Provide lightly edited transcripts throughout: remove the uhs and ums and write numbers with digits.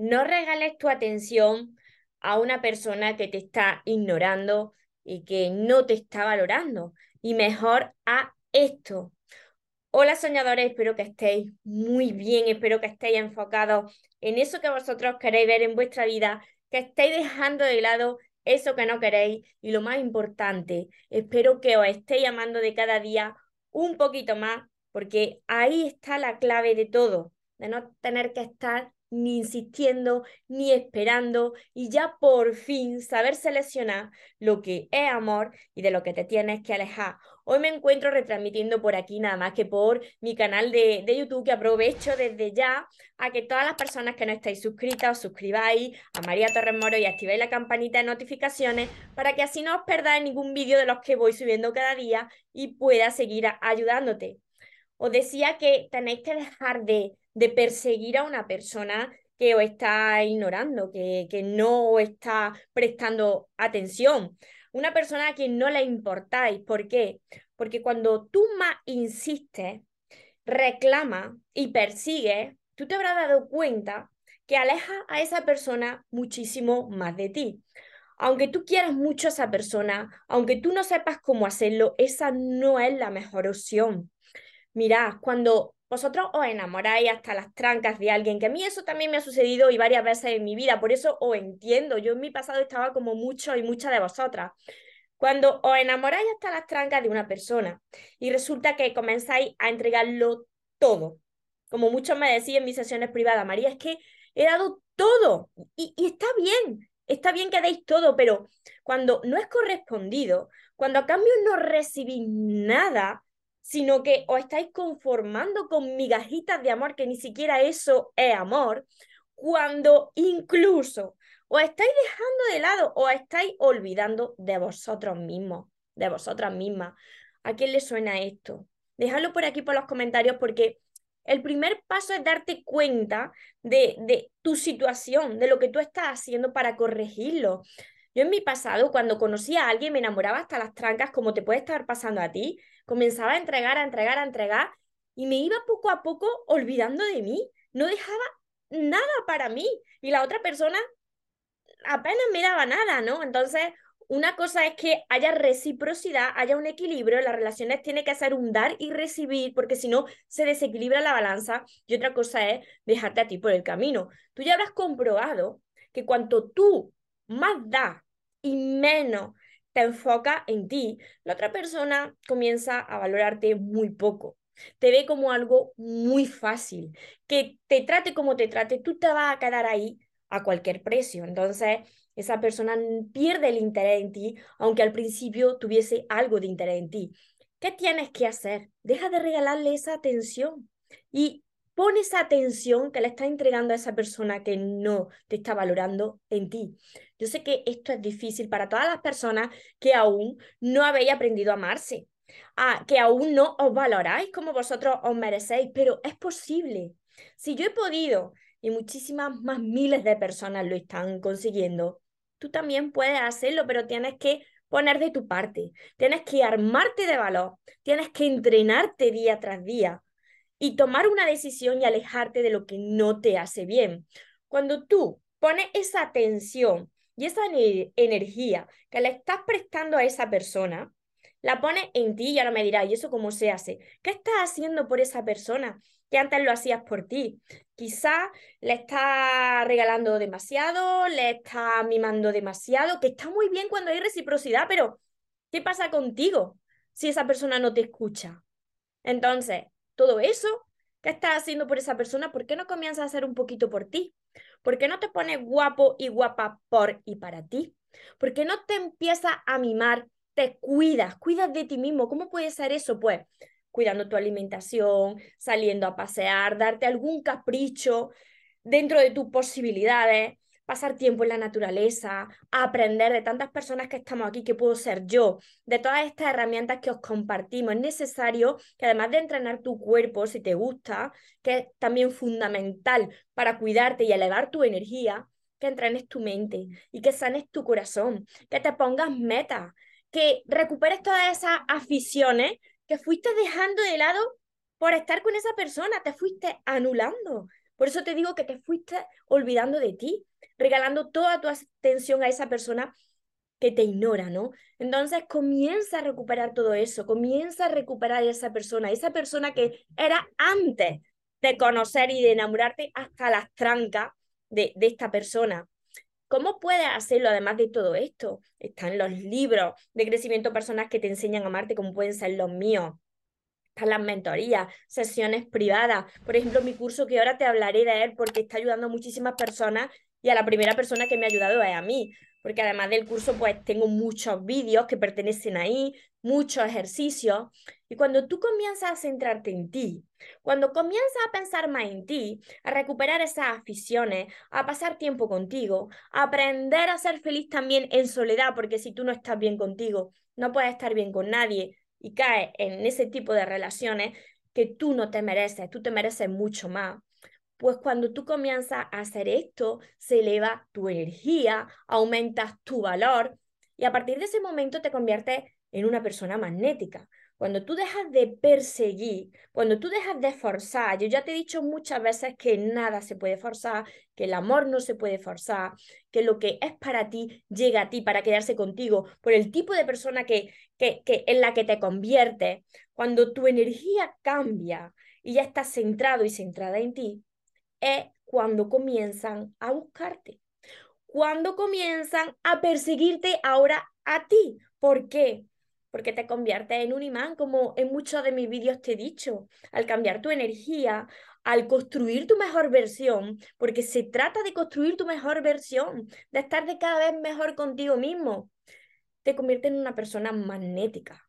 no regales tu atención a una persona que te está ignorando y que no te está valorando. Y mejor a esto. Hola soñadores, espero que estéis muy bien, espero que estéis enfocados en eso que vosotros queréis ver en vuestra vida, que estéis dejando de lado eso que no queréis y lo más importante, espero que os estéis amando de cada día un poquito más, porque ahí está la clave de todo, de no tener que estar ni insistiendo, ni esperando y ya por fin saber seleccionar lo que es amor y de lo que te tienes que alejar. Hoy me encuentro retransmitiendo por aquí nada más que por mi canal de YouTube, que aprovecho desde ya a que todas las personas que no estáis suscritas os suscribáis a María Torres Moro y activéis la campanita de notificaciones para que así no os perdáis ningún vídeo de los que voy subiendo cada día y pueda seguir ayudándote. Os decía que tenéis que dejar de perseguir a una persona que os está ignorando, que no os está prestando atención. Una persona a quien no le importáis. ¿Por qué? Porque cuando tú más insistes, reclamas y persigues, tú te habrás dado cuenta que alejas a esa persona muchísimo más de ti. Aunque tú quieras mucho a esa persona, aunque tú no sepas cómo hacerlo, esa no es la mejor opción. Mirad, cuando vosotros os enamoráis hasta las trancas de alguien, que a mí eso también me ha sucedido y varias veces en mi vida, por eso os entiendo, yo en mi pasado estaba como mucho y muchas de vosotras. Cuando os enamoráis hasta las trancas de una persona y resulta que comenzáis a entregarlo todo, como muchos me decían en mis sesiones privadas, María, es que he dado todo y está bien que deis todo, pero cuando no es correspondido, cuando a cambio no recibís nada, sino que os estáis conformando con migajitas de amor, que ni siquiera eso es amor, cuando incluso os estáis dejando de lado, os estáis olvidando de vosotros mismos, de vosotras mismas. ¿A quién le suena esto? Dejadlo por aquí por los comentarios porque el primer paso es darte cuenta de tu situación, de lo que tú estás haciendo para corregirlo. Yo en mi pasado, cuando conocí a alguien, me enamoraba hasta las trancas, como te puede estar pasando a ti, comenzaba a entregar, a entregar, a entregar, y me iba poco a poco olvidando de mí. No dejaba nada para mí. Y la otra persona apenas me daba nada, ¿no? Entonces, una cosa es que haya reciprocidad, haya un equilibrio, las relaciones tiene que ser un dar y recibir, porque si no, se desequilibra la balanza, y otra cosa es dejarte a ti por el camino. Tú ya habrás comprobado que cuanto tú más das y menos te enfocas en ti, la otra persona comienza a valorarte muy poco. Te ve como algo muy fácil, que te trate como te trate, tú te vas a quedar ahí a cualquier precio. Entonces, esa persona pierde el interés en ti, aunque al principio tuviese algo de interés en ti. ¿Qué tienes que hacer? Deja de regalarle esa atención y pon esa atención que le estás entregando a esa persona que no te está valorando en ti. Yo sé que esto es difícil para todas las personas que aún no habéis aprendido a amarse, que aún no os valoráis como vosotros os merecéis, pero es posible. Si yo he podido y muchísimas más miles de personas lo están consiguiendo, tú también puedes hacerlo, pero tienes que poner de tu parte, tienes que armarte de valor, tienes que entrenarte día tras día y tomar una decisión y alejarte de lo que no te hace bien. Cuando tú pones esa atención y esa energía que le estás prestando a esa persona, la pones en ti y ahora me dirás, ¿y eso cómo se hace? ¿Qué estás haciendo por esa persona que antes lo hacías por ti? Quizá le estás regalando demasiado, le estás mimando demasiado, que está muy bien cuando hay reciprocidad, pero ¿qué pasa contigo si esa persona no te escucha? Entonces, todo eso que estás haciendo por esa persona, ¿por qué no comienzas a hacer un poquito por ti? ¿Por qué no te pones guapo y guapa por y para ti? ¿Por qué no te empiezas a mimar? Te cuidas de ti mismo. ¿Cómo puede ser eso? Pues cuidando tu alimentación, saliendo a pasear, darte algún capricho dentro de tus posibilidades, pasar tiempo en la naturaleza, aprender de tantas personas que estamos aquí, que puedo ser yo, de todas estas herramientas que os compartimos. Es necesario que además de entrenar tu cuerpo, si te gusta, que es también fundamental para cuidarte y elevar tu energía, que entrenes tu mente y que sanes tu corazón, que te pongas metas, que recuperes todas esas aficiones que fuiste dejando de lado por estar con esa persona, te fuiste anulando. Por eso te digo que te fuiste olvidando de ti, regalando toda tu atención a esa persona que te ignora, ¿no? Entonces comienza a recuperar todo eso, comienza a recuperar esa persona que era antes de conocer y de enamorarte hasta las trancas de esta persona. ¿Cómo puedes hacerlo además de todo esto? Están los libros de crecimiento personal que te enseñan a amarte, como pueden ser los míos. Están las mentorías, sesiones privadas. Por ejemplo, mi curso que ahora te hablaré de él porque está ayudando a muchísimas personas y a la primera persona que me ha ayudado es a mí. Porque además del curso, pues tengo muchos vídeos que pertenecen ahí, muchos ejercicios. Y cuando tú comienzas a centrarte en ti, cuando comienzas a pensar más en ti, a recuperar esas aficiones, a pasar tiempo contigo, a aprender a ser feliz también en soledad, porque si tú no estás bien contigo, no puedes estar bien con nadie y caes en ese tipo de relaciones que tú no te mereces, tú te mereces mucho más. Pues cuando tú comienzas a hacer esto, se eleva tu energía, aumentas tu valor y a partir de ese momento te conviertes en una persona magnética. Cuando tú dejas de perseguir, cuando tú dejas de forzar, yo ya te he dicho muchas veces que nada se puede forzar, que el amor no se puede forzar, que lo que es para ti llega a ti para quedarse contigo por el tipo de persona en la que te conviertes. Cuando tu energía cambia y ya estás centrado y centrada en ti, es cuando comienzan a buscarte, cuando comienzan a perseguirte ahora a ti. ¿Por qué? Porque te conviertes en un imán, como en muchos de mis vídeos te he dicho, al cambiar tu energía, al construir tu mejor versión, porque se trata de construir tu mejor versión, de estar de cada vez mejor contigo mismo, te convierte en una persona magnética.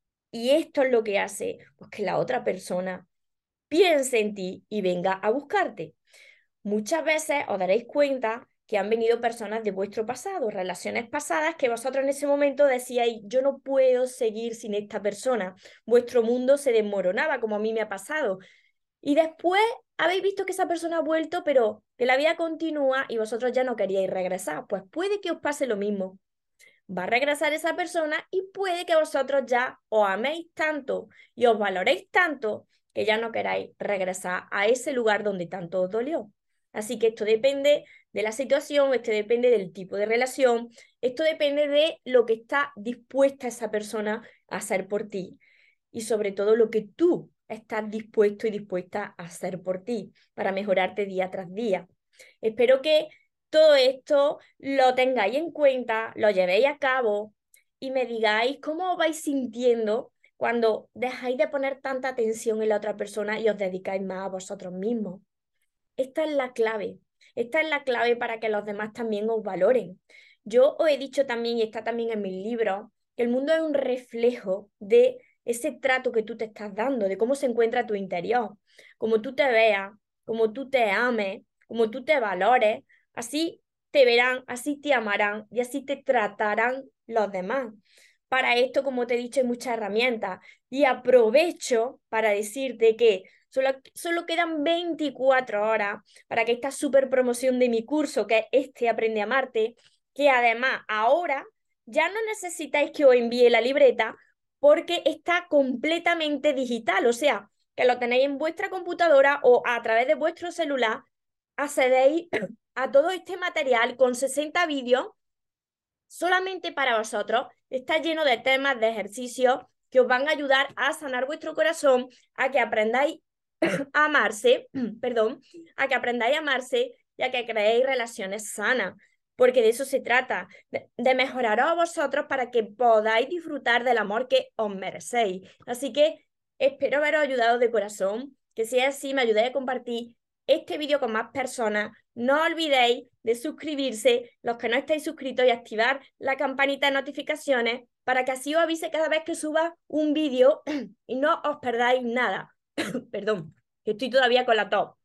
Y esto es lo que hace pues, que la otra persona piense en ti y venga a buscarte. Muchas veces os daréis cuenta que han venido personas de vuestro pasado, relaciones pasadas que vosotros en ese momento decíais, yo no puedo seguir sin esta persona. Vuestro mundo se desmoronaba, como a mí me ha pasado. Y después habéis visto que esa persona ha vuelto, pero que la vida continúa y vosotros ya no queríais regresar. Pues puede que os pase lo mismo. Va a regresar esa persona y puede que vosotros ya os améis tanto y os valoréis tanto que ya no queráis regresar a ese lugar donde tanto os dolió. Así que esto depende de la situación, esto depende del tipo de relación, esto depende de lo que está dispuesta esa persona a hacer por ti y sobre todo lo que tú estás dispuesto y dispuesta a hacer por ti para mejorarte día tras día. Espero que todo esto lo tengáis en cuenta, lo llevéis a cabo y me digáis cómo os vais sintiendo cuando dejáis de poner tanta atención en la otra persona y os dedicáis más a vosotros mismos. Esta es la clave. Esta es la clave para que los demás también os valoren. Yo os he dicho también, y está también en mis libros, que el mundo es un reflejo de ese trato que tú te estás dando, de cómo se encuentra tu interior, como tú te veas, como tú te ames, como tú te valores, así te verán, así te amarán y así te tratarán los demás. Para esto, como te he dicho, hay muchas herramientas y aprovecho para decirte que solo quedan 24 horas para que esta super promoción de mi curso, que es este Aprende a Amarte, que además ahora ya no necesitáis que os envíe la libreta porque está completamente digital, o sea, que lo tenéis en vuestra computadora o a través de vuestro celular, accedéis a todo este material con 60 vídeos solamente para vosotros. Está lleno de temas, de ejercicios que os van a ayudar a sanar vuestro corazón, a que aprendáis a amarse, perdón, a que aprendáis a amarse y a que creéis relaciones sanas, porque de eso se trata, de mejoraros a vosotros para que podáis disfrutar del amor que os merecéis. Así que espero haberos ayudado de corazón, que si es así me ayudéis a compartir este vídeo con más personas. No olvidéis de suscribirse, los que no estáis suscritos, y activar la campanita de notificaciones para que así os avise cada vez que suba un vídeo y no os perdáis nada. Perdón, que estoy todavía con la tos.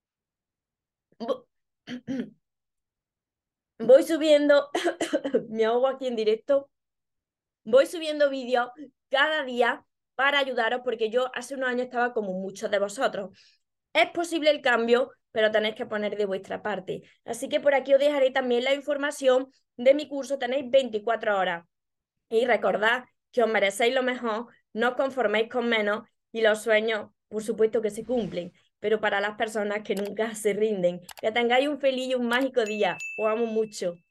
Voy subiendo, me ahogo aquí en directo, voy subiendo vídeos cada día para ayudaros porque yo hace unos años estaba como muchos de vosotros. Es posible el cambio, pero tenéis que poner de vuestra parte. Así que por aquí os dejaré también la información de mi curso. Tenéis 24 horas. Y recordad que os merecéis lo mejor, no os conforméis con menos y los sueños, por supuesto que se cumplen. pero para las personas que nunca se rinden. Que tengáis un feliz y un mágico día. Os amo mucho.